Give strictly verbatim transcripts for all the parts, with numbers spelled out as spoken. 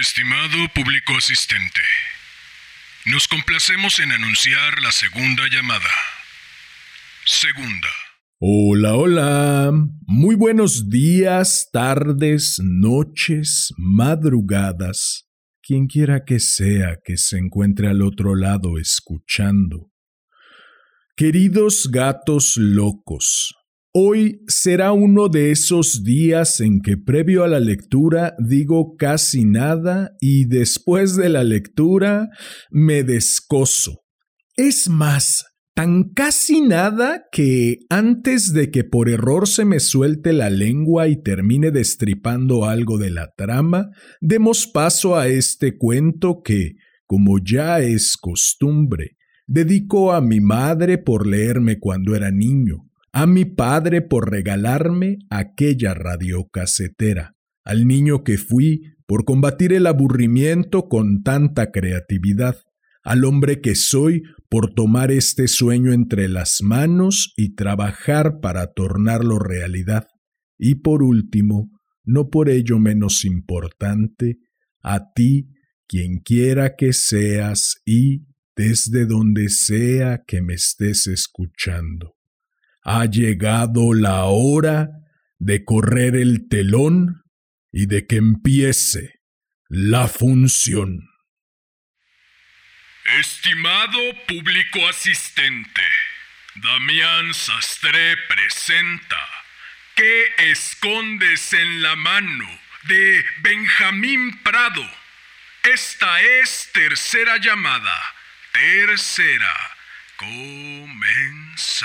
Estimado público asistente, nos complacemos en anunciar la segunda llamada. Segunda. Hola, hola. Muy buenos días, tardes, noches, madrugadas. Quien quiera que sea que se encuentre al otro lado escuchando. Queridos gatos locos, hoy será uno de esos días en que previo a la lectura digo casi nada y después de la lectura me descoso. Es más, tan casi nada que antes de que por error se me suelte la lengua y termine destripando algo de la trama, demos paso a este cuento que, como ya es costumbre, dedico a mi madre por leerme cuando era niño, a mi padre por regalarme aquella radiocasetera, al niño que fui por combatir el aburrimiento con tanta creatividad, al hombre que soy por tomar este sueño entre las manos y trabajar para tornarlo realidad. Y por último, no por ello menos importante, a ti, quien quiera que seas y desde donde sea que me estés escuchando. Ha llegado la hora de correr el telón y de que empiece la función. Estimado público asistente, Damián Sastre presenta ¿Qué escondes en la mano? De Benjamín Prado. Esta es tercera llamada. Tercera. Comenzamos.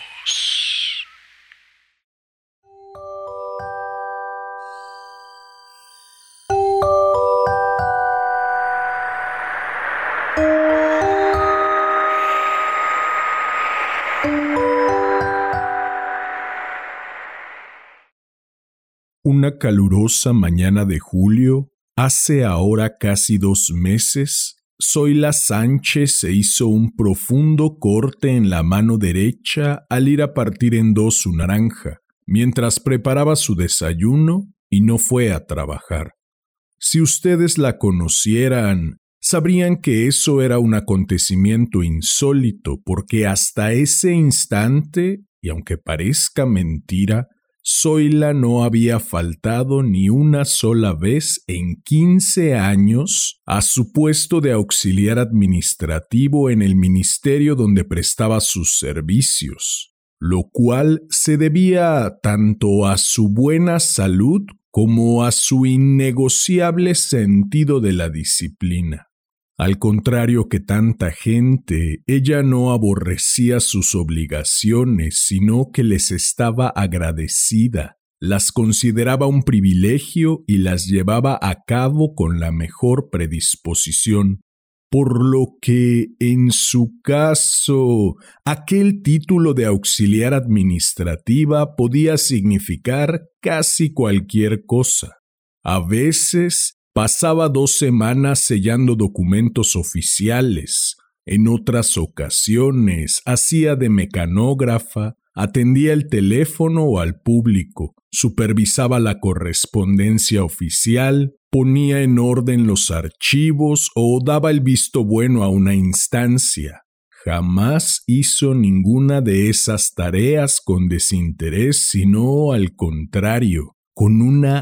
Una calurosa mañana de julio, hace ahora casi dos meses, Zoila Sánchez se hizo un profundo corte en la mano derecha al ir a partir en dos su naranja, mientras preparaba su desayuno y no fue a trabajar. Si ustedes la conocieran, sabrían que eso era un acontecimiento insólito, porque hasta ese instante, y aunque parezca mentira, Zoila no había faltado ni una sola vez en quince años a su puesto de auxiliar administrativo en el ministerio donde prestaba sus servicios, lo cual se debía tanto a su buena salud como a su innegociable sentido de la disciplina. Al contrario que tanta gente, ella no aborrecía sus obligaciones, sino que les estaba agradecida, las consideraba un privilegio y las llevaba a cabo con la mejor predisposición, por lo que, en su caso, aquel título de auxiliar administrativa podía significar casi cualquier cosa. A veces pasaba dos semanas sellando documentos oficiales, en otras ocasiones hacía de mecanógrafa, atendía el teléfono o al público, supervisaba la correspondencia oficial, ponía en orden los archivos o daba el visto bueno a una instancia. Jamás hizo ninguna de esas tareas con desinterés, sino al contrario, con una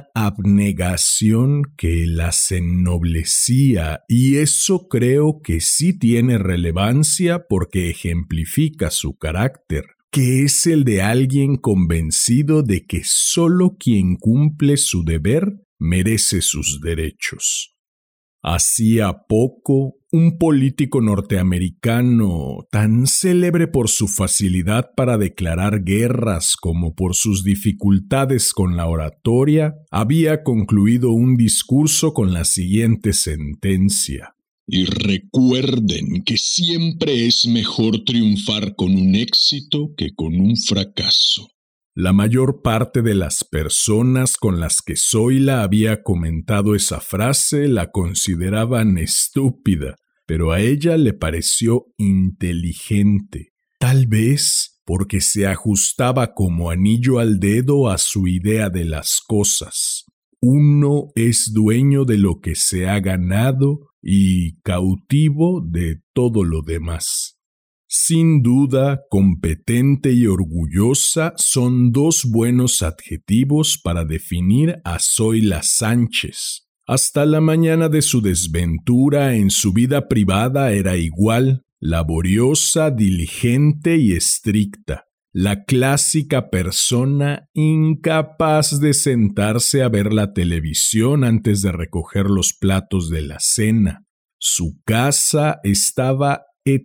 abnegación que las ennoblecía, y eso creo que sí tiene relevancia porque ejemplifica su carácter, que es el de alguien convencido de que solo quien cumple su deber merece sus derechos. Hacía poco, un político norteamericano, tan célebre por su facilidad para declarar guerras como por sus dificultades con la oratoria, había concluido un discurso con la siguiente sentencia: Y recuerden que siempre es mejor triunfar con un éxito que con un fracaso. La mayor parte de las personas con las que Zoila había comentado esa frase la consideraban estúpida, pero a ella le pareció inteligente, tal vez porque se ajustaba como anillo al dedo a su idea de las cosas. uno es dueño de lo que se ha ganado y cautivo de todo lo demás. Sin duda, competente y orgullosa son dos buenos adjetivos para definir a Zoila Sánchez. Hasta la mañana de su desventura en su vida privada era igual, laboriosa, diligente y estricta. La clásica persona incapaz de sentarse a ver la televisión antes de recoger los platos de la cena. Su casa estaba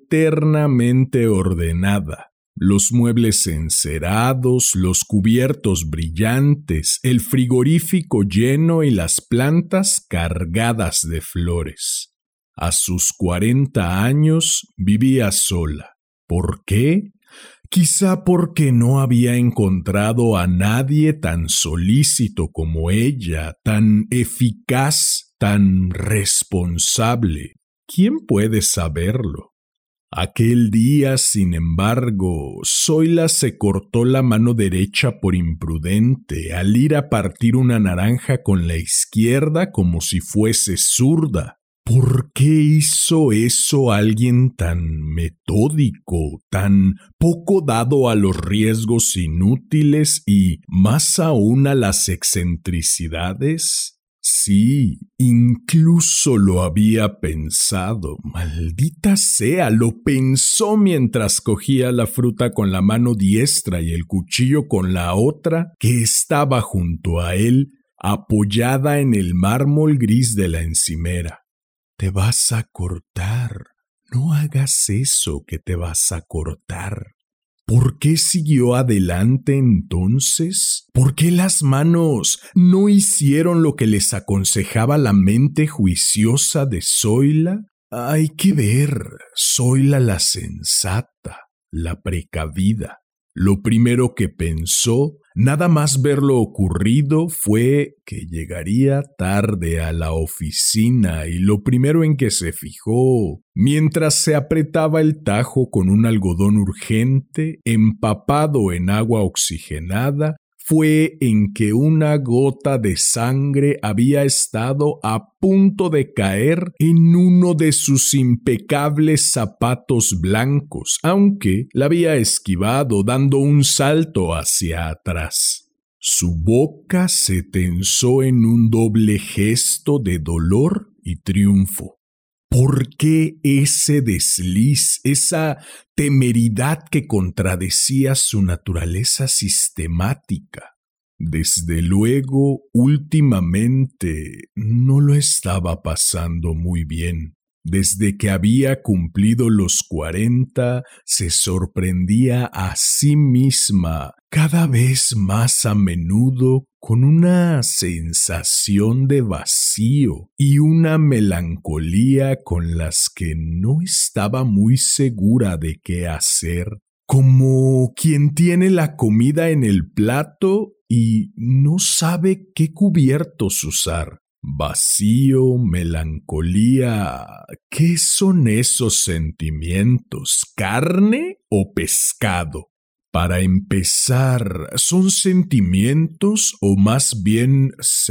eternamente ordenada. Los muebles encerados, los cubiertos brillantes, el frigorífico lleno y las plantas cargadas de flores. A sus cuarenta años vivía sola. ¿Por qué? Quizá porque no había encontrado a nadie tan solícito como ella, tan eficaz, tan responsable. ¿Quién puede saberlo? Aquel día, sin embargo, Zoila se cortó la mano derecha por imprudente al ir a partir una naranja con la izquierda como si fuese zurda. ¿Por qué hizo eso alguien tan metódico, tan poco dado a los riesgos inútiles y más aún a las excentricidades? Sí, incluso lo había pensado. Maldita sea, lo pensó mientras cogía la fruta con la mano diestra y el cuchillo con la otra, que estaba junto a él, apoyada en el mármol gris de la encimera. Te vas a cortar. No hagas eso, que te vas a cortar. ¿Por qué siguió adelante entonces? ¿Por qué las manos no hicieron lo que les aconsejaba la mente juiciosa de Zoila? Hay que ver, Zoila la sensata, la precavida. Lo primero que pensó, nada más ver lo ocurrido, fue que llegaría tarde a la oficina y lo primero en que se fijó, mientras se apretaba el tajo con un algodón urgente, empapado en agua oxigenada, fue en que una gota de sangre había estado a punto de caer en uno de sus impecables zapatos blancos, aunque la había esquivado dando un salto hacia atrás. Su boca se tensó en un doble gesto de dolor y triunfo. ¿Por qué ese desliz, esa temeridad que contradecía su naturaleza sistemática? Desde luego, últimamente no lo estaba pasando muy bien. Desde que había cumplido los cuarenta, se sorprendía a sí misma cada vez más a menudo con una sensación de vacío y una melancolía con las que no estaba muy segura de qué hacer, como quien tiene la comida en el plato y no sabe qué cubiertos usar. Vacío, melancolía, ¿qué son esos sentimientos? ¿Carne o pescado? Para empezar, ¿son sentimientos o más bien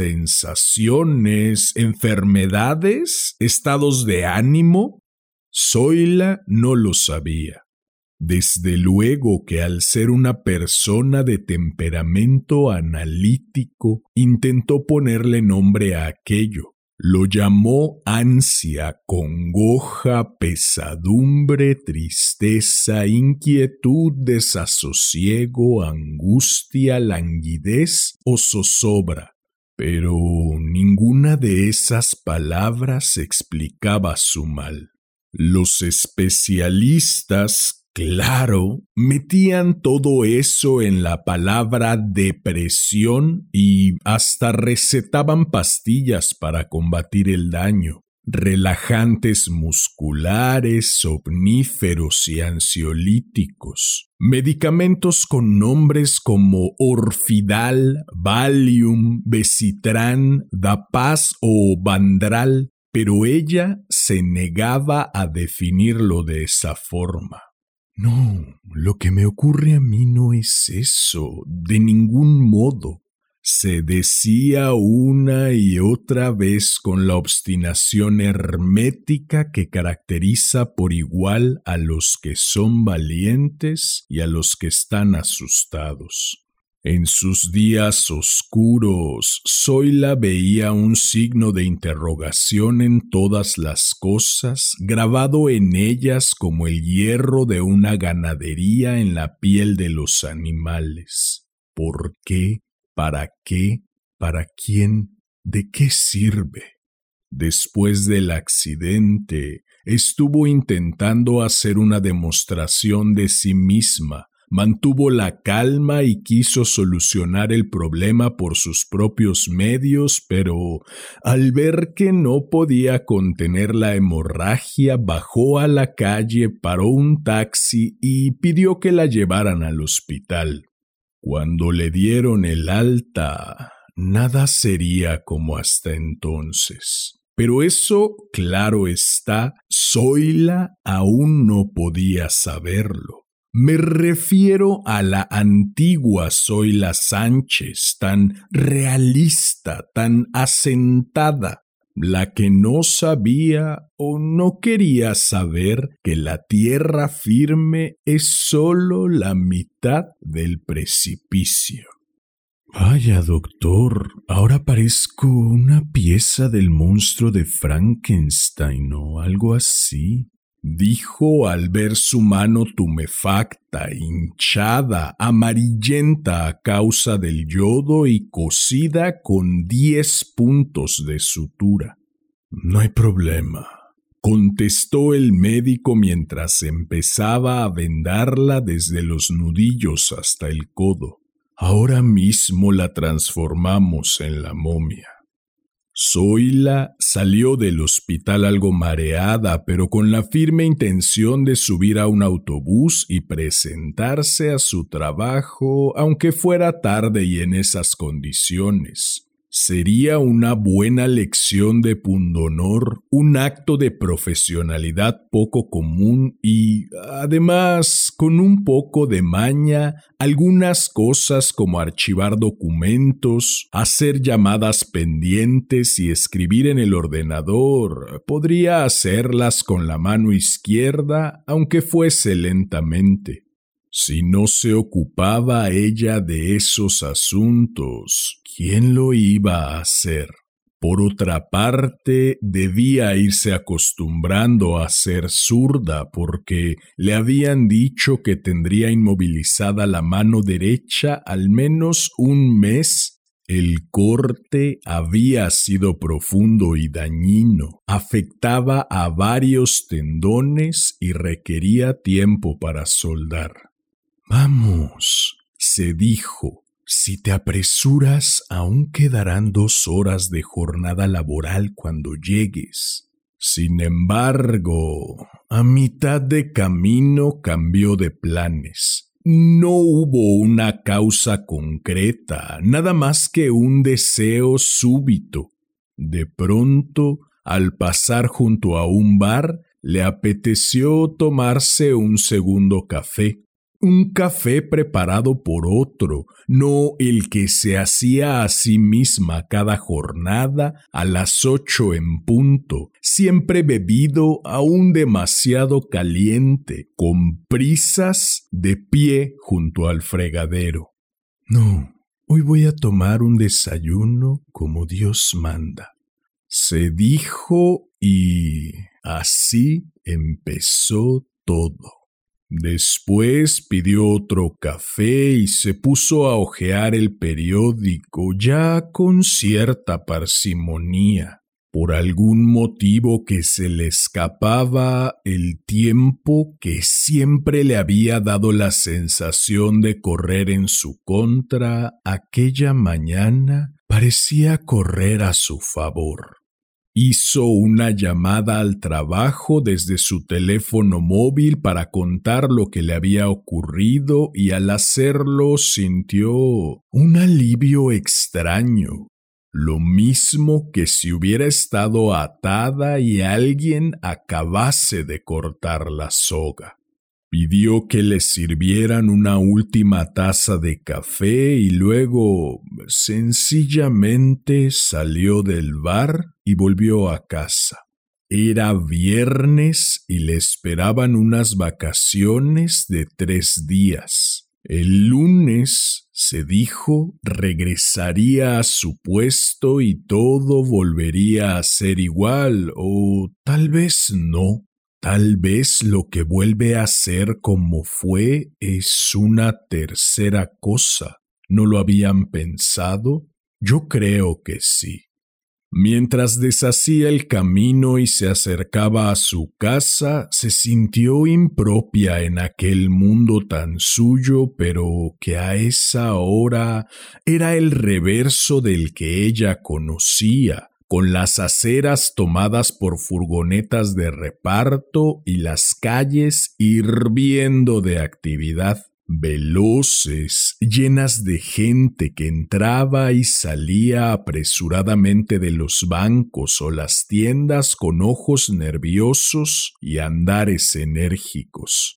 sensaciones, enfermedades, estados de ánimo? Zoila no lo sabía. Desde luego que al ser una persona de temperamento analítico, intentó ponerle nombre a aquello. Lo llamó ansia, congoja, pesadumbre, tristeza, inquietud, desasosiego, angustia, languidez o zozobra. Pero ninguna de esas palabras explicaba su mal. Los especialistas, claro, metían todo eso en la palabra depresión y hasta recetaban pastillas para combatir el daño, relajantes musculares, somníferos y ansiolíticos, medicamentos con nombres como Orfidal, Valium, Besitran, Dapaz o Vandral, pero ella se negaba a definirlo de esa forma. No, lo que me ocurre a mí no es eso, de ningún modo. Se decía una y otra vez con la obstinación hermética que caracteriza por igual a los que son valientes y a los que están asustados. En sus días oscuros, Zoila veía un signo de interrogación en todas las cosas, grabado en ellas como el hierro de una ganadería en la piel de los animales. ¿Por qué? ¿Para qué? ¿Para quién? ¿De qué sirve? Después del accidente, estuvo intentando hacer una demostración de sí misma. Mantuvo la calma y quiso solucionar el problema por sus propios medios, pero al ver que no podía contener la hemorragia, bajó a la calle, paró un taxi y pidió que la llevaran al hospital. Cuando le dieron el alta, nada sería como hasta entonces. Pero eso, claro está, Zoila aún no podía saberlo. Me refiero a la antigua Zoila Sánchez, tan realista, tan asentada, la que no sabía o no quería saber que la tierra firme es solo la mitad del precipicio. Vaya, doctor, ahora parezco una pieza del monstruo de Frankenstein o algo así, dijo al ver su mano tumefacta, hinchada, amarillenta a causa del yodo y cosida con diez puntos de sutura. No hay problema, contestó el médico mientras empezaba a vendarla desde los nudillos hasta el codo. Ahora mismo la transformamos en la momia. Zoila salió del hospital algo mareada, pero con la firme intención de subir a un autobús y presentarse a su trabajo, aunque fuera tarde y en esas condiciones. Sería una buena lección de pundonor, un acto de profesionalidad poco común y, además, con un poco de maña, algunas cosas como archivar documentos, hacer llamadas pendientes y escribir en el ordenador, podría hacerlas con la mano izquierda, aunque fuese lentamente. Si no se ocupaba ella de esos asuntos, ¿quién lo iba a hacer? Por otra parte, debía irse acostumbrando a ser zurda porque le habían dicho que tendría inmovilizada la mano derecha al menos un mes. El corte había sido profundo y dañino, afectaba a varios tendones y requería tiempo para soldar. Vamos, se dijo, si te apresuras aún quedarán dos horas de jornada laboral cuando llegues. Sin embargo, a mitad de camino cambió de planes. No hubo una causa concreta, nada más que un deseo súbito. De pronto, al pasar junto a un bar, le apeteció tomarse un segundo café. Un café preparado por otro, no el que se hacía a sí misma cada jornada a las ocho en punto, siempre bebido aún demasiado caliente, con prisas, de pie junto al fregadero. No, hoy voy a tomar un desayuno como Dios manda, se dijo, y así empezó todo. Después pidió otro café y se puso a hojear el periódico ya con cierta parsimonía. Por algún motivo que se le escapaba, el tiempo, que siempre le había dado la sensación de correr en su contra, aquella mañana parecía correr a su favor. Hizo una llamada al trabajo desde su teléfono móvil para contar lo que le había ocurrido y al hacerlo sintió un alivio extraño, lo mismo que si hubiera estado atada y alguien acabase de cortar la soga. Pidió que le sirvieran una última taza de café y luego sencillamente salió del bar y volvió a casa. Era viernes y le esperaban unas vacaciones de tres días. El lunes, se dijo, regresaría a su puesto y todo volvería a ser igual, o tal vez no. Tal vez lo que vuelve a ser como fue es una tercera cosa. ¿No lo habían pensado? Yo creo que sí. Mientras deshacía el camino y se acercaba a su casa, se sintió impropia en aquel mundo tan suyo, pero que a esa hora era el reverso del que ella conocía, con las aceras tomadas por furgonetas de reparto y las calles hirviendo de actividad. Veloces, llenas de gente que entraba y salía apresuradamente de los bancos o las tiendas con ojos nerviosos y andares enérgicos.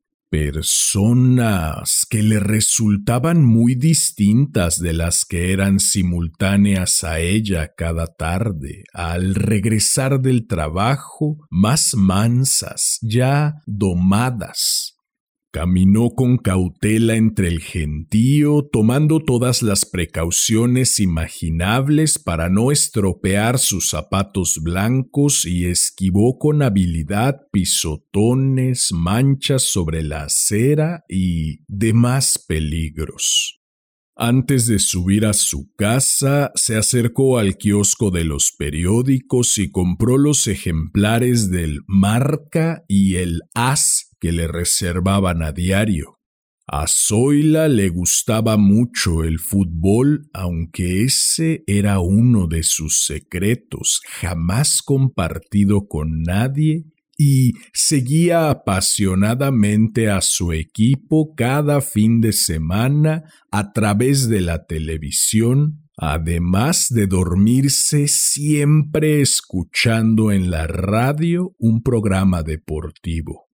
Personas que le resultaban muy distintas de las que eran simultáneas a ella cada tarde, al regresar del trabajo, más mansas, ya domadas. Caminó con cautela entre el gentío, tomando todas las precauciones imaginables para no estropear sus zapatos blancos y esquivó con habilidad pisotones, manchas sobre la acera y demás peligros. Antes de subir a su casa, se acercó al kiosco de los periódicos y compró los ejemplares del Marca y el As que le reservaban a diario. A Zoila le gustaba mucho el fútbol, aunque ese era uno de sus secretos, jamás compartido con nadie, y seguía apasionadamente a su equipo cada fin de semana a través de la televisión, además de dormirse siempre escuchando en la radio un programa deportivo.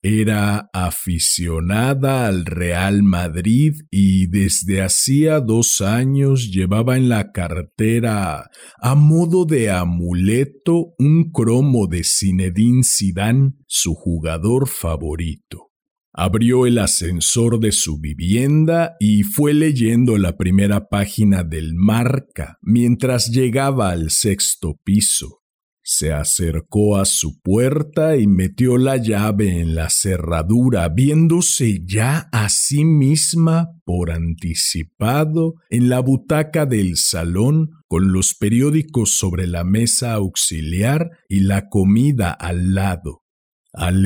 Era aficionada al Real Madrid y desde hacía dos años llevaba en la cartera, a modo de amuleto, un cromo de Zinedine Zidane, su jugador favorito. Abrió el ascensor de su vivienda y fue leyendo la primera página del Marca mientras llegaba al sexto piso. Se acercó a su puerta y metió la llave en la cerradura, viéndose ya a sí misma por anticipado en la butaca del salón con los periódicos sobre la mesa auxiliar y la comida al lado. Al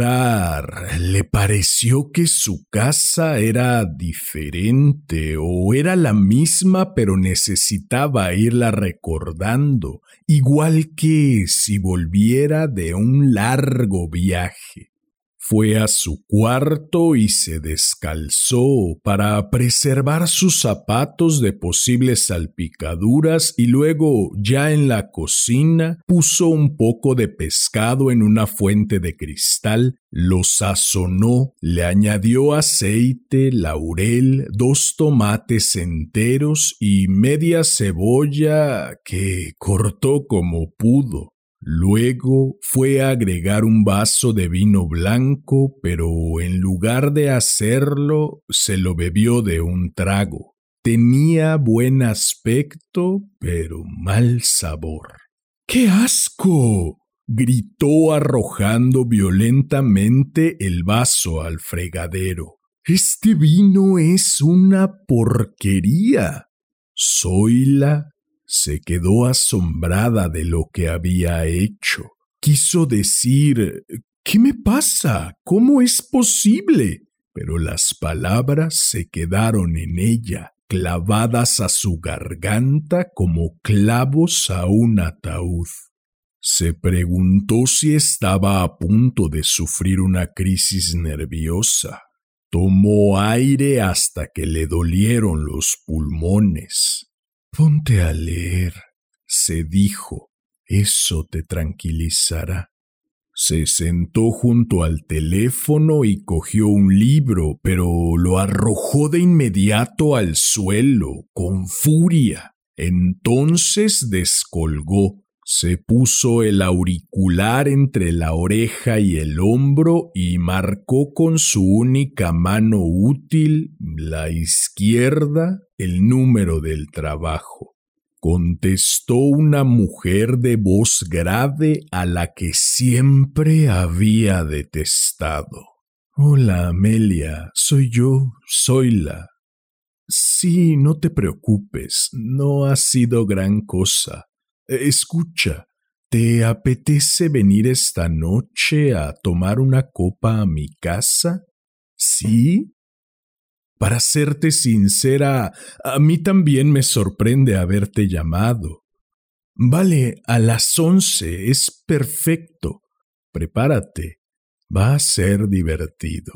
entrar, le pareció que su casa era diferente o era la misma, pero necesitaba irla recordando, igual que si volviera de un largo viaje. Fue a su cuarto y se descalzó para preservar sus zapatos de posibles salpicaduras y luego, ya en la cocina, puso un poco de pescado en una fuente de cristal, lo sazonó, le añadió aceite, laurel, dos tomates enteros y media cebolla que cortó como pudo. Luego fue a agregar un vaso de vino blanco, pero en lugar de hacerlo, se lo bebió de un trago. Tenía buen aspecto, pero mal sabor. ¡Qué asco!, gritó arrojando violentamente el vaso al fregadero. ¡Este vino es una porquería! Zoila se quedó asombrada de lo que había hecho. Quiso decir, ¿qué me pasa? ¿Cómo es posible? Pero las palabras se quedaron en ella, clavadas a su garganta como clavos a un ataúd. Se preguntó si estaba a punto de sufrir una crisis nerviosa. Tomó aire hasta que le dolieron los pulmones. «Ponte a leer», se dijo, «eso te tranquilizará». Se sentó junto al teléfono y cogió un libro, pero lo arrojó de inmediato al suelo, con furia. Entonces descolgó, se puso el auricular entre la oreja y el hombro y marcó con su única mano útil, la izquierda, el número del trabajo. Contestó una mujer de voz grave a la que siempre había detestado. «Hola, Amelia, soy yo, Zoila». «Sí, no te preocupes, no ha sido gran cosa. Escucha, ¿te apetece venir esta noche a tomar una copa a mi casa? ¿Sí?» Para serte sincera, a mí también me sorprende haberte llamado. Vale, a las once, es perfecto. Prepárate, va a ser divertido.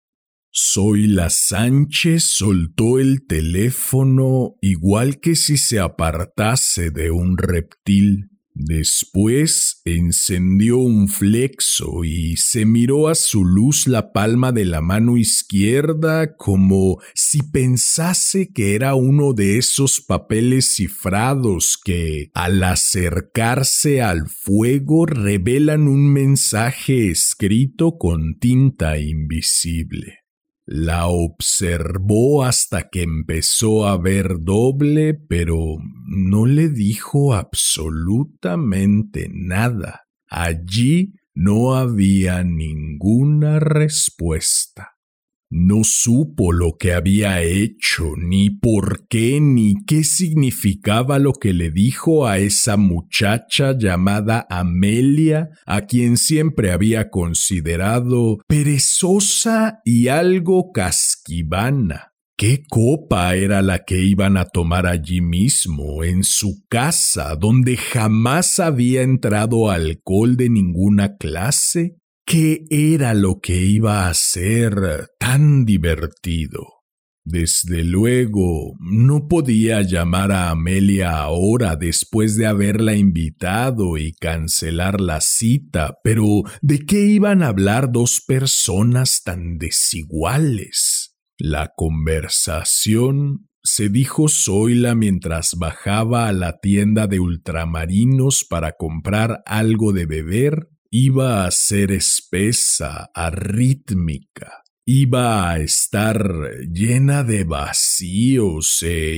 Zoila Sánchez soltó el teléfono igual que si se apartase de un reptil. Después encendió un flexo y se miró a su luz la palma de la mano izquierda como si pensase que era uno de esos papeles cifrados que, al acercarse al fuego, revelan un mensaje escrito con tinta invisible. La observó hasta que empezó a ver doble, pero no le dijo absolutamente nada. Allí no había ninguna respuesta. No supo lo que había hecho, ni por qué, ni qué significaba lo que le dijo a esa muchacha llamada Amelia, a quien siempre había considerado perezosa y algo casquivana. ¿Qué copa era la que iban a tomar allí mismo, en su casa, donde jamás había entrado alcohol de ninguna clase? ¿Qué era lo que iba a ser tan divertido? Desde luego, no podía llamar a Amelia ahora después de haberla invitado y cancelar la cita, pero ¿de qué iban a hablar dos personas tan desiguales? La conversación, se dijo Zoila mientras bajaba a la tienda de ultramarinos para comprar algo de beber, iba a ser espesa, arrítmica, iba a estar llena de vacíos e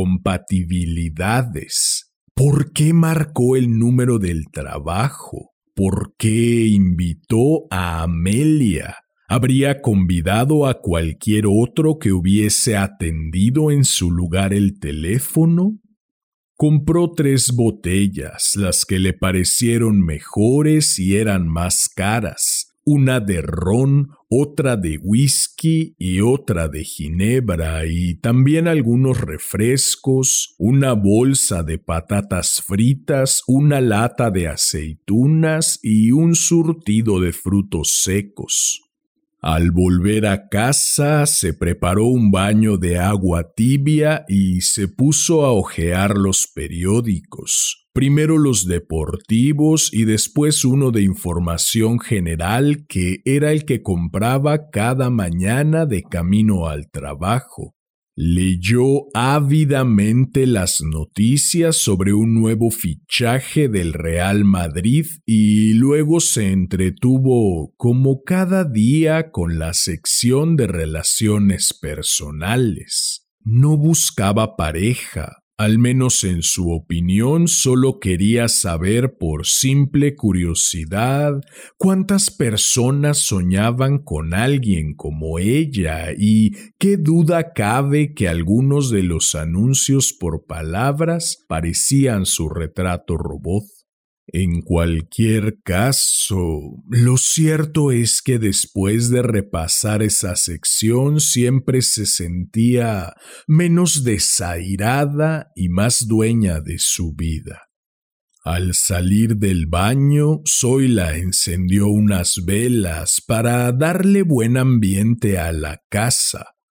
incompatibilidades. ¿Por qué marcó el número del trabajo? ¿Por qué invitó a Amelia? ¿Habría convidado a cualquier otro que hubiese atendido en su lugar el teléfono? Compró tres botellas, las que le parecieron mejores y eran más caras, una de ron, otra de whisky y otra de ginebra, y también algunos refrescos, una bolsa de patatas fritas, una lata de aceitunas y un surtido de frutos secos. Al volver a casa, se preparó un baño de agua tibia y se puso a hojear los periódicos. Primero los deportivos y después uno de información general, que era el que compraba cada mañana de camino al trabajo. Leyó ávidamente las noticias sobre un nuevo fichaje del Real Madrid y luego se entretuvo, como cada día, con la sección de relaciones personales. No buscaba pareja. Al menos en su opinión, solo quería saber por simple curiosidad cuántas personas soñaban con alguien como ella y qué duda cabe que algunos de los anuncios por palabras parecían su retrato robot. En cualquier caso, lo cierto es que después de repasar esa sección siempre se sentía menos desairada y más dueña de su vida. Al salir del baño, Zoila encendió unas velas para darle buen ambiente a la casa.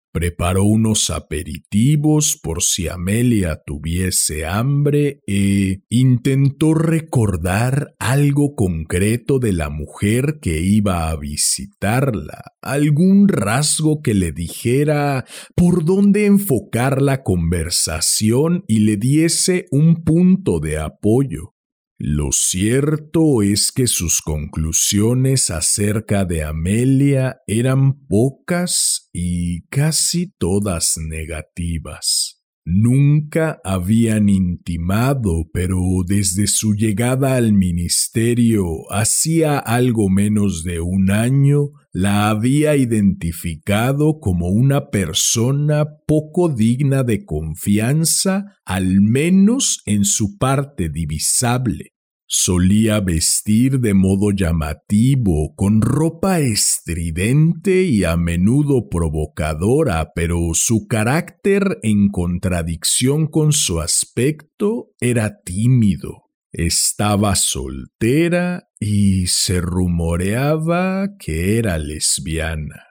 Preparó unos aperitivos por si Amelia tuviese hambre e intentó recordar algo concreto de la mujer que iba a visitarla, algún rasgo que le dijera por dónde enfocar la conversación y le diese un punto de apoyo. Lo cierto es que sus conclusiones acerca de Amelia eran pocas y casi todas negativas. Nunca habían intimado, pero desde su llegada al ministerio hacía algo menos de un año, la había identificado como una persona poco digna de confianza, al menos en su parte divisable. Solía vestir de modo llamativo, con ropa estridente y a menudo provocadora, pero su carácter, en contradicción con su aspecto, era tímido. Estaba soltera y se rumoreaba que era lesbiana.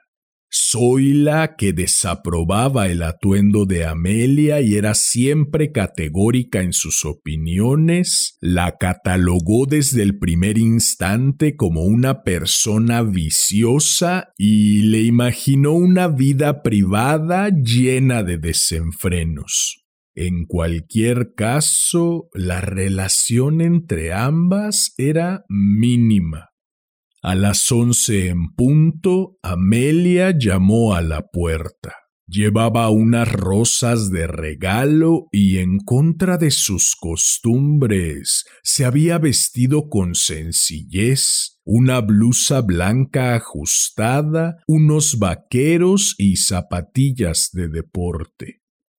Zoila, que desaprobaba el atuendo de Amelia y era siempre categórica en sus opiniones, la catalogó desde el primer instante como una persona viciosa y le imaginó una vida privada llena de desenfrenos. En cualquier caso, la relación entre ambas era mínima. A las once en punto, Amelia llamó a la puerta. Llevaba unas rosas de regalo y, en contra de sus costumbres, se había vestido con sencillez, una blusa blanca ajustada, unos vaqueros y zapatillas de deporte.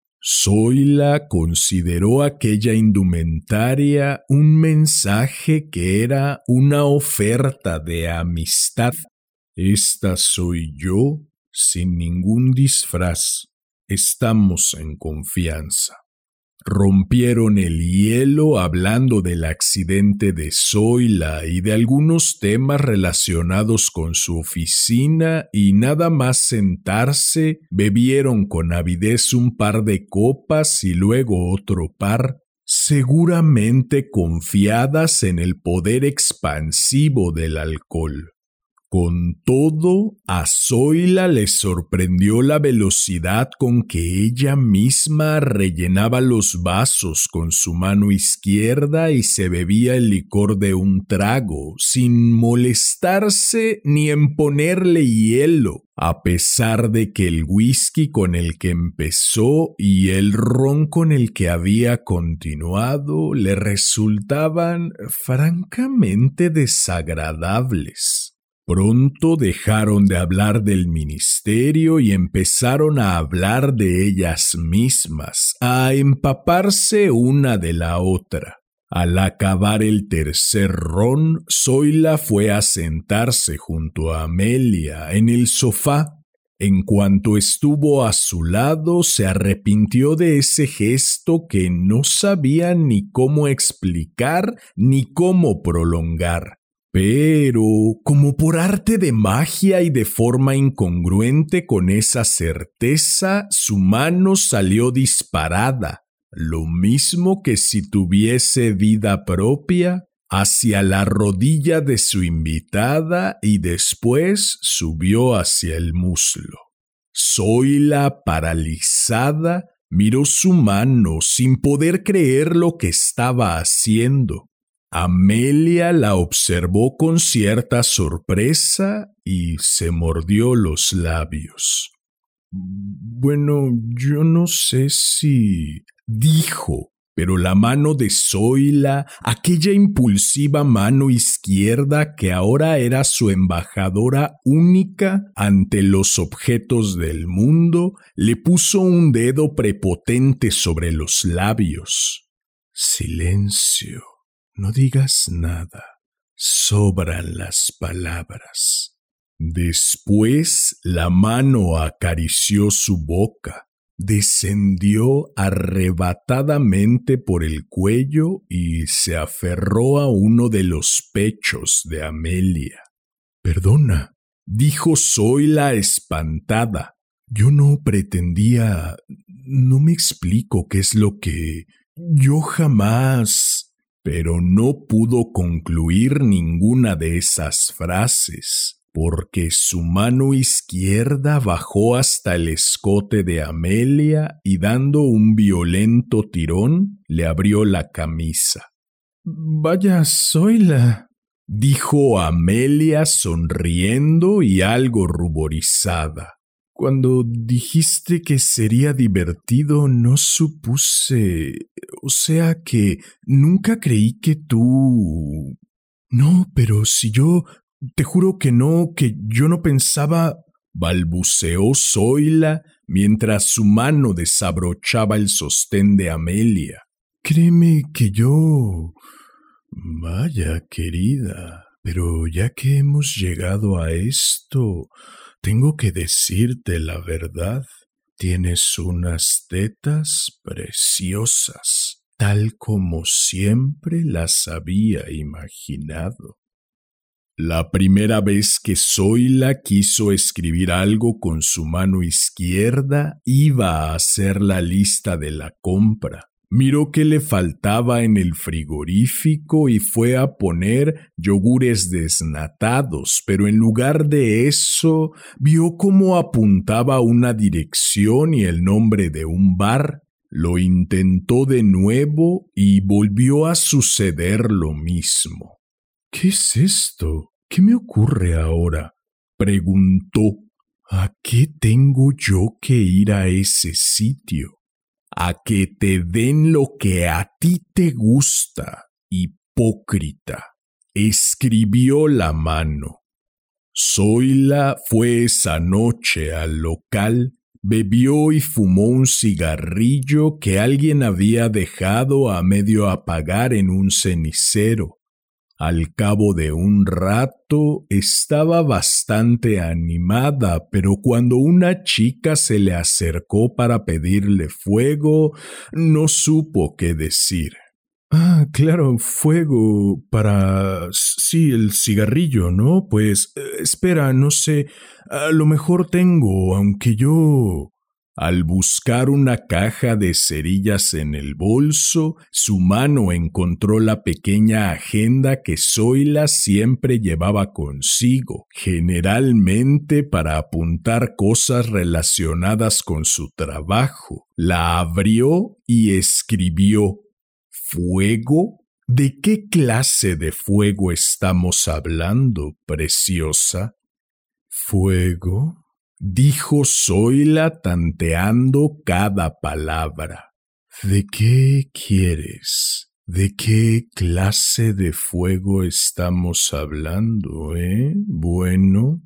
Zoila consideró aquella indumentaria un mensaje que era una oferta de amistad. Esta soy yo, sin ningún disfraz. Estamos en confianza. Rompieron el hielo hablando del accidente de Zoila y de algunos temas relacionados con su oficina y nada más sentarse, bebieron con avidez un par de copas y luego otro par, seguramente confiadas en el poder expansivo del alcohol. Con todo, a Zoila le sorprendió la velocidad con que ella misma rellenaba los vasos con su mano izquierda y se bebía el licor de un trago, sin molestarse ni en ponerle hielo, a pesar de que el whisky con el que empezó y el ron con el que había continuado le resultaban francamente desagradables. Pronto dejaron de hablar del ministerio y empezaron a hablar de ellas mismas, a empaparse una de la otra. Al acabar el tercer ron, Zoila fue a sentarse junto a Amelia en el sofá. En cuanto estuvo a su lado, se arrepintió de ese gesto que no sabía ni cómo explicar ni cómo prolongar. Pero, como por arte de magia y de forma incongruente con esa certeza, su mano salió disparada, lo mismo que si tuviese vida propia, hacia la rodilla de su invitada y después subió hacia el muslo. Zoila, paralizada, miró su mano sin poder creer lo que estaba haciendo. Amelia la observó con cierta sorpresa y se mordió los labios. Bueno, yo no sé si... dijo, pero la mano de Zoila, aquella impulsiva mano izquierda que ahora era su embajadora única ante los objetos del mundo, le puso un dedo prepotente sobre los labios. Silencio. No digas nada, sobran las palabras. Después la mano acarició su boca, descendió arrebatadamente por el cuello y se aferró a uno de los pechos de Amelia. Perdona, dijo Zoila espantada. Yo no pretendía... No me explico qué es lo que... Yo jamás... Pero no pudo concluir ninguna de esas frases, porque su mano izquierda bajó hasta el escote de Amelia y dando un violento tirón, le abrió la camisa. «Vaya, Zoila», dijo Amelia sonriendo y algo ruborizada. «Cuando dijiste que sería divertido, no supuse... O sea que nunca creí que tú... No, pero si yo... Te juro que no, que yo no pensaba...» balbuceó Zoila mientras su mano desabrochaba el sostén de Amelia. «Créeme que yo... Vaya, querida, pero ya que hemos llegado a esto... Tengo que decirte la verdad, tienes unas tetas preciosas, tal como siempre las había imaginado». La primera vez que Zoila quiso escribir algo con su mano izquierda, iba a hacer la lista de la compra. Miró qué le faltaba en el frigorífico y fue a poner yogures desnatados, pero en lugar de eso, vio cómo apuntaba una dirección y el nombre de un bar. Lo intentó de nuevo y volvió a suceder lo mismo. «¿Qué es esto? ¿Qué me ocurre ahora?», preguntó. «¿A qué tengo yo que ir a ese sitio? A que te den lo que a ti te gusta, hipócrita», escribió la mano. Zoila fue esa noche al local, bebió y fumó un cigarrillo que alguien había dejado a medio apagar en un cenicero. Al cabo de un rato estaba bastante animada, pero cuando una chica se le acercó para pedirle fuego, no supo qué decir. «Ah, claro, fuego para... sí, el cigarrillo, ¿no? Pues, eh, espera, no sé, a lo mejor tengo, aunque yo...» Al buscar una caja de cerillas en el bolso, su mano encontró la pequeña agenda que Zoila siempre llevaba consigo, generalmente para apuntar cosas relacionadas con su trabajo. La abrió y escribió: «¿Fuego? ¿De qué clase de fuego estamos hablando, preciosa?» «¿Fuego?», dijo Zoila tanteando cada palabra. «¿De qué quieres? ¿De qué clase de fuego estamos hablando, eh? Bueno,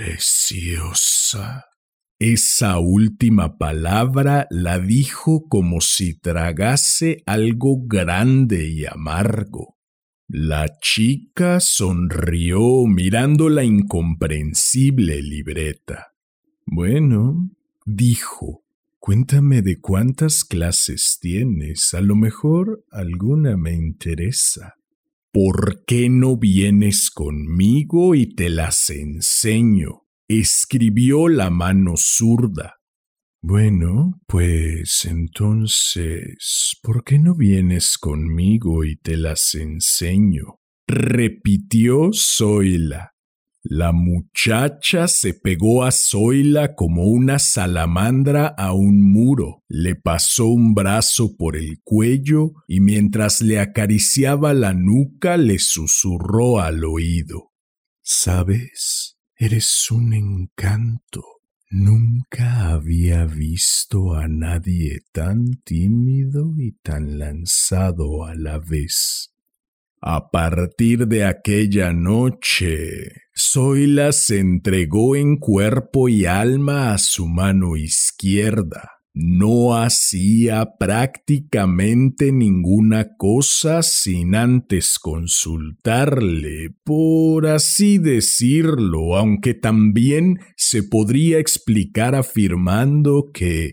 preciosa». Esa última palabra la dijo como si tragase algo grande y amargo. La chica sonrió mirando la incomprensible libreta. «Bueno», dijo, «cuéntame de cuántas clases tienes, a lo mejor alguna me interesa». «¿Por qué no vienes conmigo y te las enseño?», escribió la mano zurda. «Bueno, pues entonces, ¿por qué no vienes conmigo y te las enseño?», repitió Zoila. La muchacha se pegó a Zoila como una salamandra a un muro, le pasó un brazo por el cuello y mientras le acariciaba la nuca le susurró al oído: «¿Sabes? Eres un encanto. Nunca había visto a nadie tan tímido y tan lanzado a la vez». A partir de aquella noche, Zoila se entregó en cuerpo y alma a su mano izquierda. No hacía prácticamente ninguna cosa sin antes consultarle, por así decirlo, aunque también se podría explicar afirmando que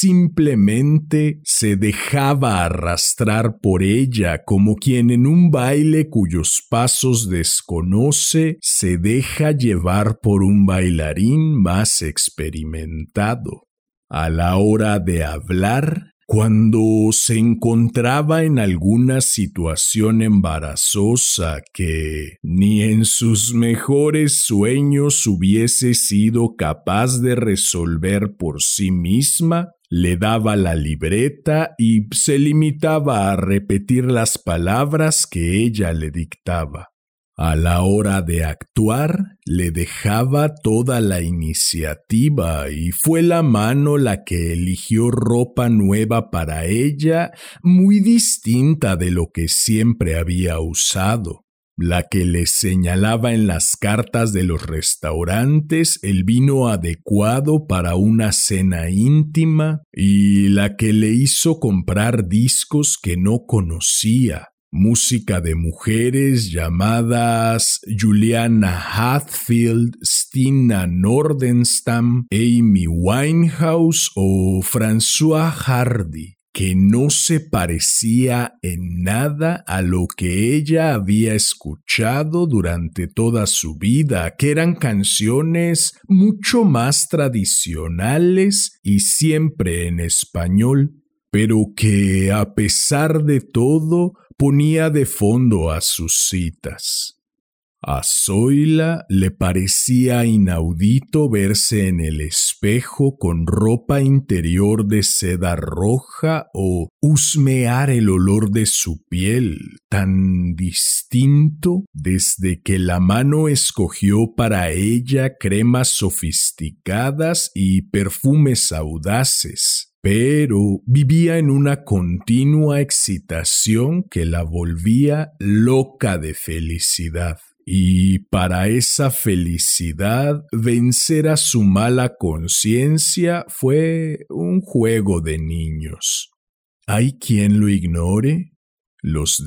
simplemente se dejaba arrastrar por ella como quien en un baile cuyos pasos desconoce se deja llevar por un bailarín más experimentado. A la hora de hablar, cuando se encontraba en alguna situación embarazosa que ni en sus mejores sueños hubiese sido capaz de resolver por sí misma, le daba la libreta y se limitaba a repetir las palabras que ella le dictaba. A la hora de actuar, le dejaba toda la iniciativa y fue la mano la que eligió ropa nueva para ella, muy distinta de lo que siempre había usado, la que le señalaba en las cartas de los restaurantes el vino adecuado para una cena íntima y la que le hizo comprar discos que no conocía. Música de mujeres llamadas Juliana Hatfield, Stina Nordenstam, Amy Winehouse o François Hardy, que no se parecía en nada a lo que ella había escuchado durante toda su vida, que eran canciones mucho más tradicionales y siempre en español, pero que a pesar de todo ponía de fondo a sus citas. A Zoila le parecía inaudito verse en el espejo con ropa interior de seda roja o husmear el olor de su piel, tan distinto desde que la mano escogió para ella cremas sofisticadas y perfumes audaces. Pero vivía en una continua excitación que la volvía loca de felicidad. Y para esa felicidad, vencer a su mala conciencia fue un juego de niños. ¿Hay quien lo ignore? Los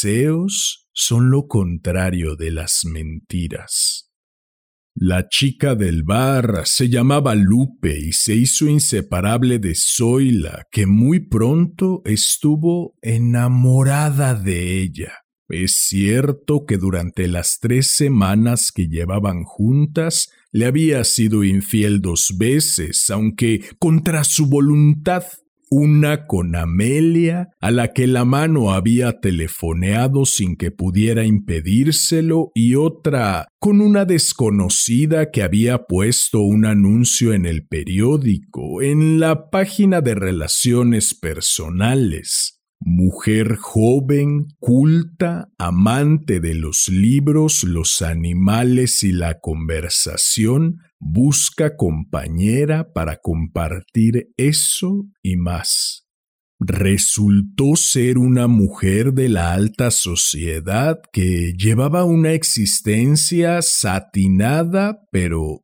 deseos son lo contrario de las mentiras. La chica del bar se llamaba Lupe y se hizo inseparable de Zoila, que muy pronto estuvo enamorada de ella. Es cierto que durante las tres semanas que llevaban juntas le había sido infiel dos veces, aunque contra su voluntad. Una con Amelia, a la que la mano había telefoneado sin que pudiera impedírselo, y otra con una desconocida que había puesto un anuncio en el periódico, en la página de relaciones personales. Mujer joven, culta, amante de los libros, los animales y la conversación, busca compañera para compartir eso y más. Resultó ser una mujer de la alta sociedad que llevaba una existencia satinada pero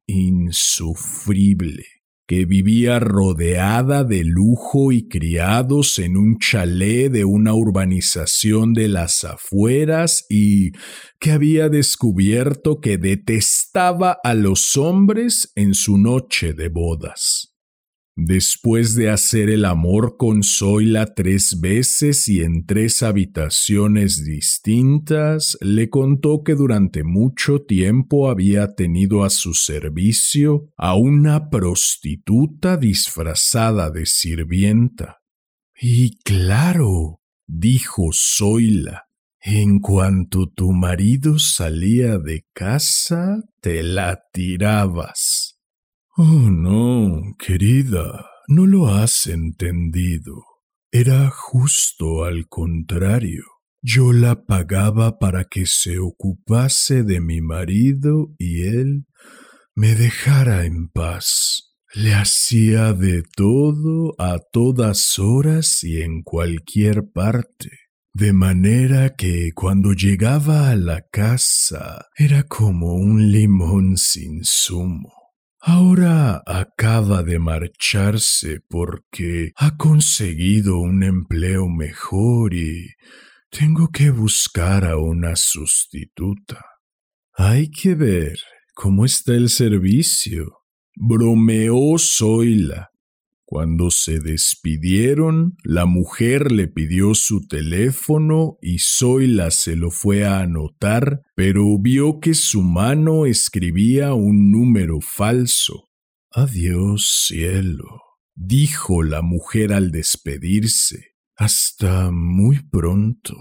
insufrible, que vivía rodeada de lujo y criados en un chalet de una urbanización de las afueras y que había descubierto que detestaba a los hombres en su noche de bodas. Después de hacer el amor con Zoila tres veces y en tres habitaciones distintas, le contó que durante mucho tiempo había tenido a su servicio a una prostituta disfrazada de sirvienta. Y claro, dijo Zoila, en cuanto tu marido salía de casa, te la tirabas. Oh, no, querida, no lo has entendido. Era justo al contrario. Yo la pagaba para que se ocupase de mi marido y él me dejara en paz. Le hacía de todo a todas horas y en cualquier parte. De manera que cuando llegaba a la casa era como un limón sin zumo. Ahora acaba de marcharse porque ha conseguido un empleo mejor y tengo que buscar a una sustituta. Hay que ver cómo está el servicio. Bromeó Zoila. Cuando se despidieron, la mujer le pidió su teléfono y Zoila se lo fue a anotar, pero vio que su mano escribía un número falso. «Adiós, cielo», dijo la mujer al despedirse. «Hasta muy pronto.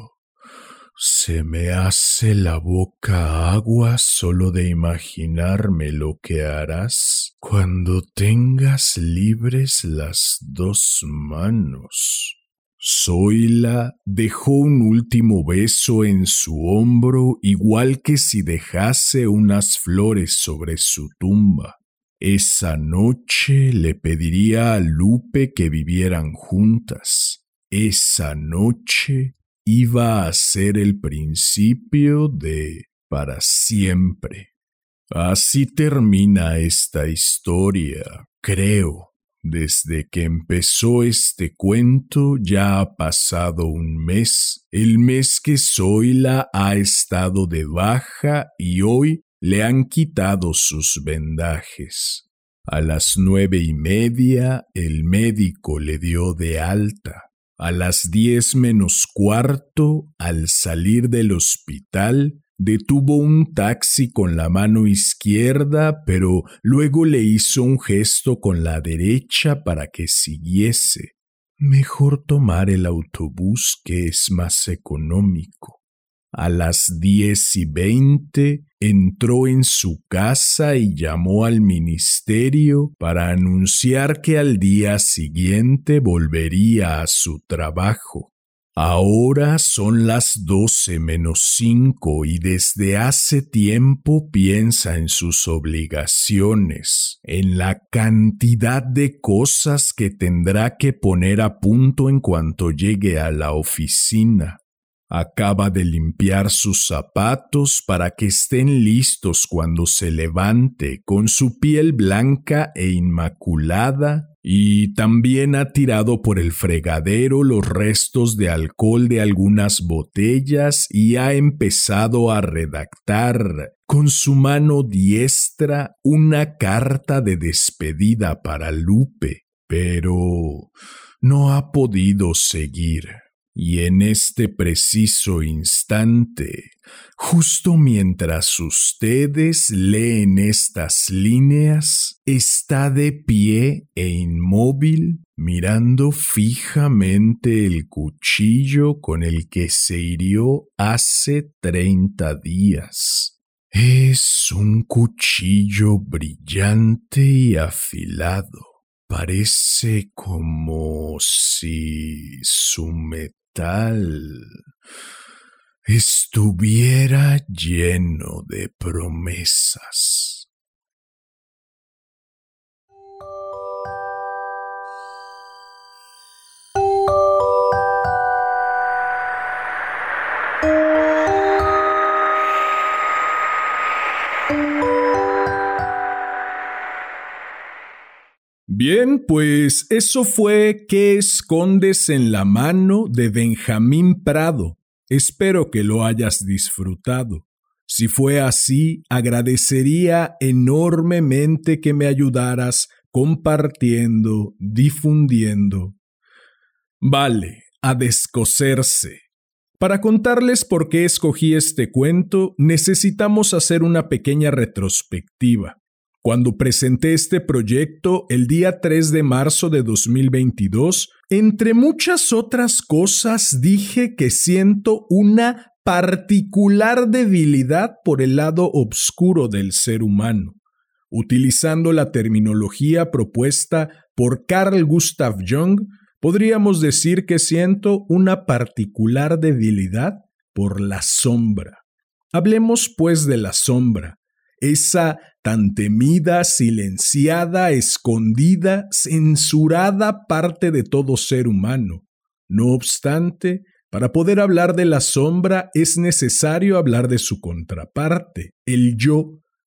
Se me hace la boca agua solo de imaginarme lo que harás cuando tengas libres las dos manos». Zoila dejó un último beso en su hombro, igual que si dejase unas flores sobre su tumba. Esa noche le pediría a Lupe que vivieran juntas. Esa noche iba a ser el principio de para siempre. Así termina esta historia, creo. Desde que empezó este cuento ya ha pasado un mes, el mes que Zoila ha estado de baja y hoy le han quitado sus vendajes. A las nueve y media el médico le dio de alta. A las diez menos cuarto, al salir del hospital, detuvo un taxi con la mano izquierda, pero luego le hizo un gesto con la derecha para que siguiese. Mejor tomar el autobús, que es más económico. A las diez y veinte entró en su casa y llamó al ministerio para anunciar que al día siguiente volvería a su trabajo. Ahora son las doce menos cinco y desde hace tiempo piensa en sus obligaciones, en la cantidad de cosas que tendrá que poner a punto en cuanto llegue a la oficina. Acaba de limpiar sus zapatos para que estén listos cuando se levante con su piel blanca e inmaculada, y también ha tirado por el fregadero los restos de alcohol de algunas botellas y ha empezado a redactar con su mano diestra una carta de despedida para Lupe, pero no ha podido seguir. Y en este preciso instante, justo mientras ustedes leen estas líneas, está de pie e inmóvil, mirando fijamente el cuchillo con el que se hirió hace treinta días. Es un cuchillo brillante y afilado. Parece como si su metal estuviera lleno de promesas. Bien, pues eso fue ¿Qué escondes en la mano? De Benjamín Prado. Espero que lo hayas disfrutado. Si fue así, agradecería enormemente que me ayudaras compartiendo, difundiendo. Vale, a descoserse. Para contarles por qué escogí este cuento, necesitamos hacer una pequeña retrospectiva. Cuando presenté este proyecto el día tres de marzo de dos mil veintidós, entre muchas otras cosas dije que siento una particular debilidad por el lado oscuro del ser humano. Utilizando la terminología propuesta por Carl Gustav Jung, podríamos decir que siento una particular debilidad por la sombra. Hablemos pues de la sombra. Esa tan temida, silenciada, escondida, censurada parte de todo ser humano. No obstante, para poder hablar de la sombra es necesario hablar de su contraparte, el yo,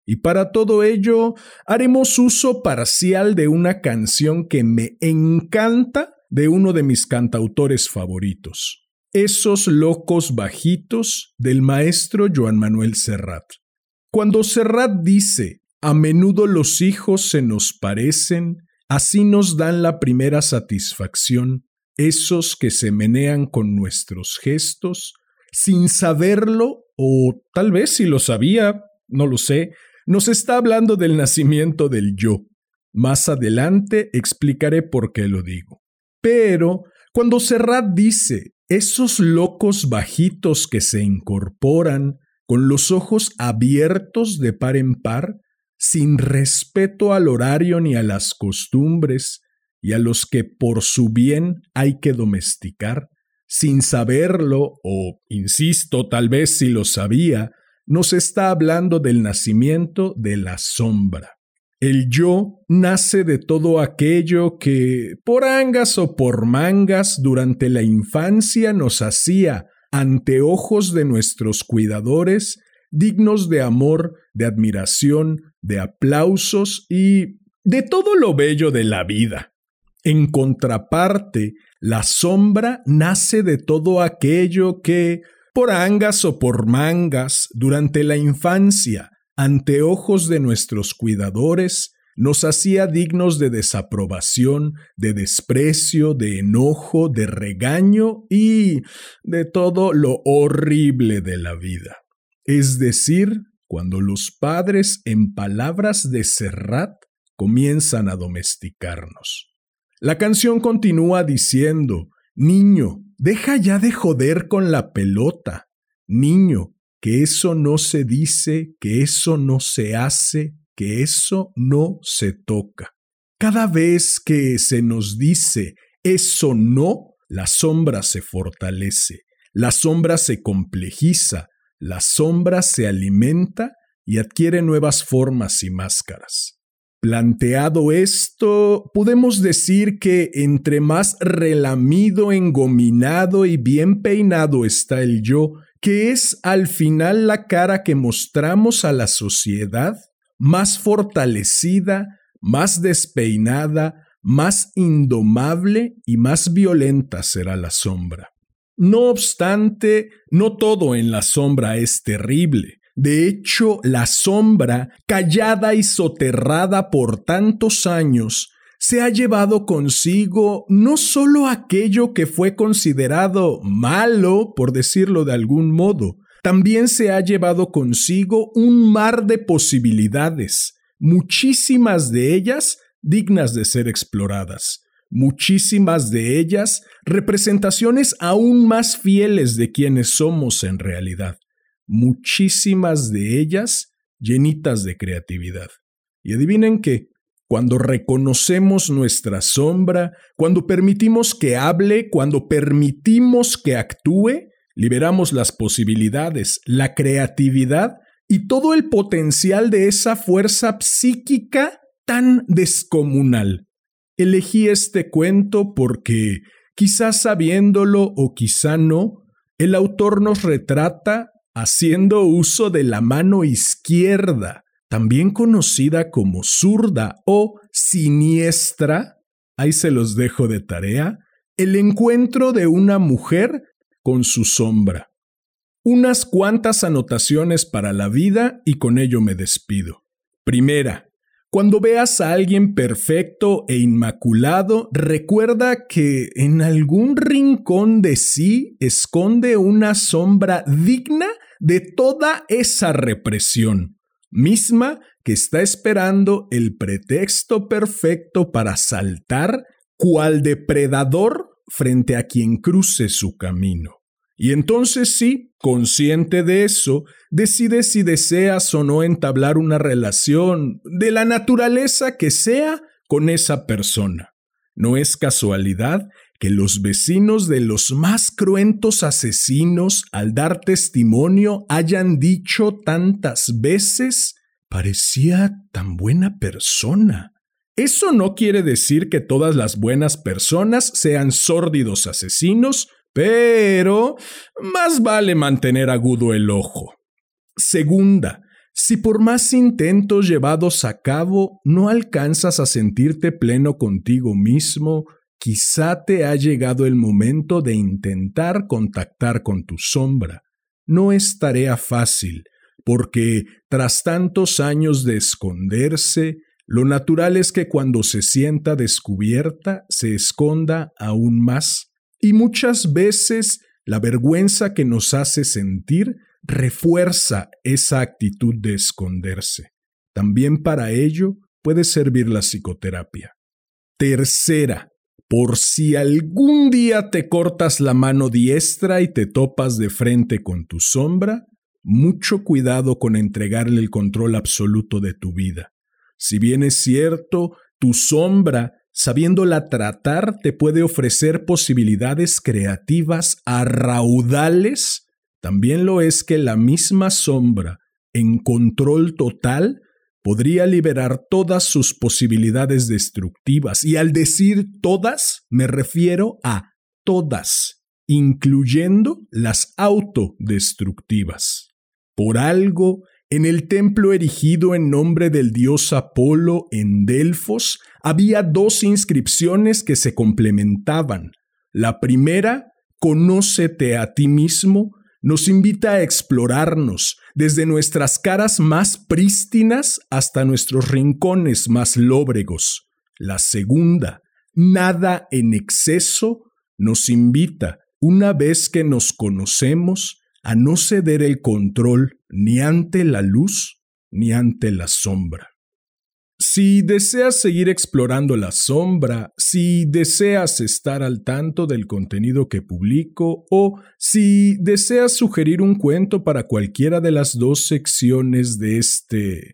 Y para todo ello, haremos uso parcial de una canción que me encanta de uno de mis cantautores favoritos, Esos locos bajitos, del maestro Joan Manuel Serrat. Cuando Serrat dice, a menudo los hijos se nos parecen, así nos dan la primera satisfacción, esos que se menean con nuestros gestos, sin saberlo, o tal vez si lo sabía, no lo sé, nos está hablando del nacimiento del yo. Más adelante explicaré por qué lo digo. Pero cuando Serrat dice, esos locos bajitos que se incorporan, con los ojos abiertos de par en par, sin respeto al horario ni a las costumbres, y a los que por su bien hay que domesticar, sin saberlo, o, insisto, tal vez si lo sabía, nos está hablando del nacimiento de la sombra. El yo nace de todo aquello que, por angas o por mangas, durante la infancia nos hacía, ante ojos de nuestros cuidadores, dignos de amor, de admiración, de aplausos y de todo lo bello de la vida. En contraparte, la sombra nace de todo aquello que, por angas o por mangas, durante la infancia, ante ojos de nuestros cuidadores, nos hacía dignos de desaprobación, de desprecio, de enojo, de regaño y de todo lo horrible de la vida. Es decir, cuando los padres, en palabras de Serrat, comienzan a domesticarnos. La canción continúa diciendo, niño, deja ya de joder con la pelota. Niño, que eso no se dice, que eso no se hace, que eso no se toca. Cada vez que se nos dice eso no, la sombra se fortalece, la sombra se complejiza, la sombra se alimenta y adquiere nuevas formas y máscaras. Planteado esto, podemos decir que entre más relamido, engominado y bien peinado está el yo, que es al final la cara que mostramos a la sociedad, más fortalecida, más despeinada, más indomable y más violenta será la sombra. No obstante, no todo en la sombra es terrible. De hecho, la sombra, callada y soterrada por tantos años, se ha llevado consigo no solo aquello que fue considerado malo, por decirlo de algún modo, también se ha llevado consigo un mar de posibilidades, muchísimas de ellas dignas de ser exploradas, muchísimas de ellas representaciones aún más fieles de quienes somos en realidad. Muchísimas de ellas llenitas de creatividad. Y adivinen qué, cuando reconocemos nuestra sombra, cuando permitimos que hable, cuando permitimos que actúe, liberamos las posibilidades, la creatividad y todo el potencial de esa fuerza psíquica tan descomunal. Elegí este cuento porque, quizás sabiéndolo o quizá no, el autor nos retrata haciendo uso de la mano izquierda, también conocida como zurda o siniestra, ahí se los dejo de tarea, el encuentro de una mujer con su sombra. Unas cuantas anotaciones para la vida y con ello me despido. Primera, cuando veas a alguien perfecto e inmaculado, recuerda que en algún rincón de sí esconde una sombra digna de toda esa represión, misma que está esperando el pretexto perfecto para saltar cual depredador frente a quien cruce su camino. Y entonces sí, consciente de eso, decides si deseas o no entablar una relación de la naturaleza que sea con esa persona. No es casualidad que los vecinos de los más cruentos asesinos, al dar testimonio, hayan dicho tantas veces, parecía tan buena persona. Eso no quiere decir que todas las buenas personas sean sórdidos asesinos, pero más vale mantener agudo el ojo. Segunda, Si por más intentos llevados a cabo no alcanzas a sentirte pleno contigo mismo, quizá te ha llegado el momento de intentar contactar con tu sombra. No es tarea fácil, porque tras tantos años de esconderse, lo natural es que cuando se sienta descubierta se esconda aún más, y muchas veces la vergüenza que nos hace sentir refuerza esa actitud de esconderse. También para ello puede servir la psicoterapia. Tercera, por si algún día te cortas la mano diestra y te topas de frente con tu sombra, mucho cuidado con entregarle el control absoluto de tu vida. Si bien es cierto, tu sombra, sabiéndola tratar, te puede ofrecer posibilidades creativas a raudales, también lo es que la misma sombra, en control total, podría liberar todas sus posibilidades destructivas. Y al decir todas, me refiero a todas, incluyendo las autodestructivas. Por algo, en el templo erigido en nombre del dios Apolo en Delfos, había dos inscripciones que se complementaban. La primera, «Conócete a ti mismo», nos invita a explorarnos desde nuestras caras más prístinas hasta nuestros rincones más lóbregos. La segunda, «Nada en exceso», nos invita, una vez que nos conocemos, a no ceder el control ni ante la luz ni ante la sombra. Si deseas seguir explorando la sombra, si deseas estar al tanto del contenido que publico o si deseas sugerir un cuento para cualquiera de las dos secciones de este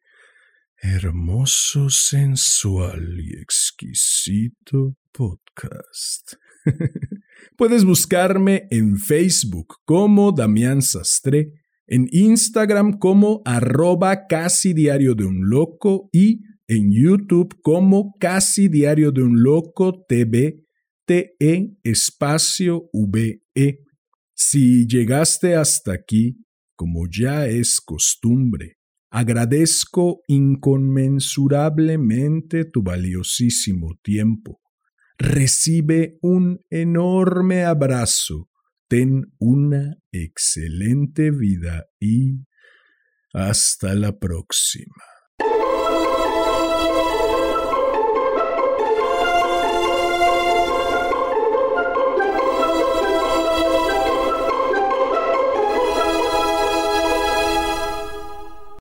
hermoso, sensual y exquisito podcast, puedes buscarme en Facebook como Damián Sastre, en Instagram como arroba casi diario de un loco y en YouTube como Casi Diario de un Loco T V, T E espacio V E. Si llegaste hasta aquí, como ya es costumbre, agradezco inconmensurablemente tu valiosísimo tiempo. Recibe un enorme abrazo, ten una excelente vida y hasta la próxima.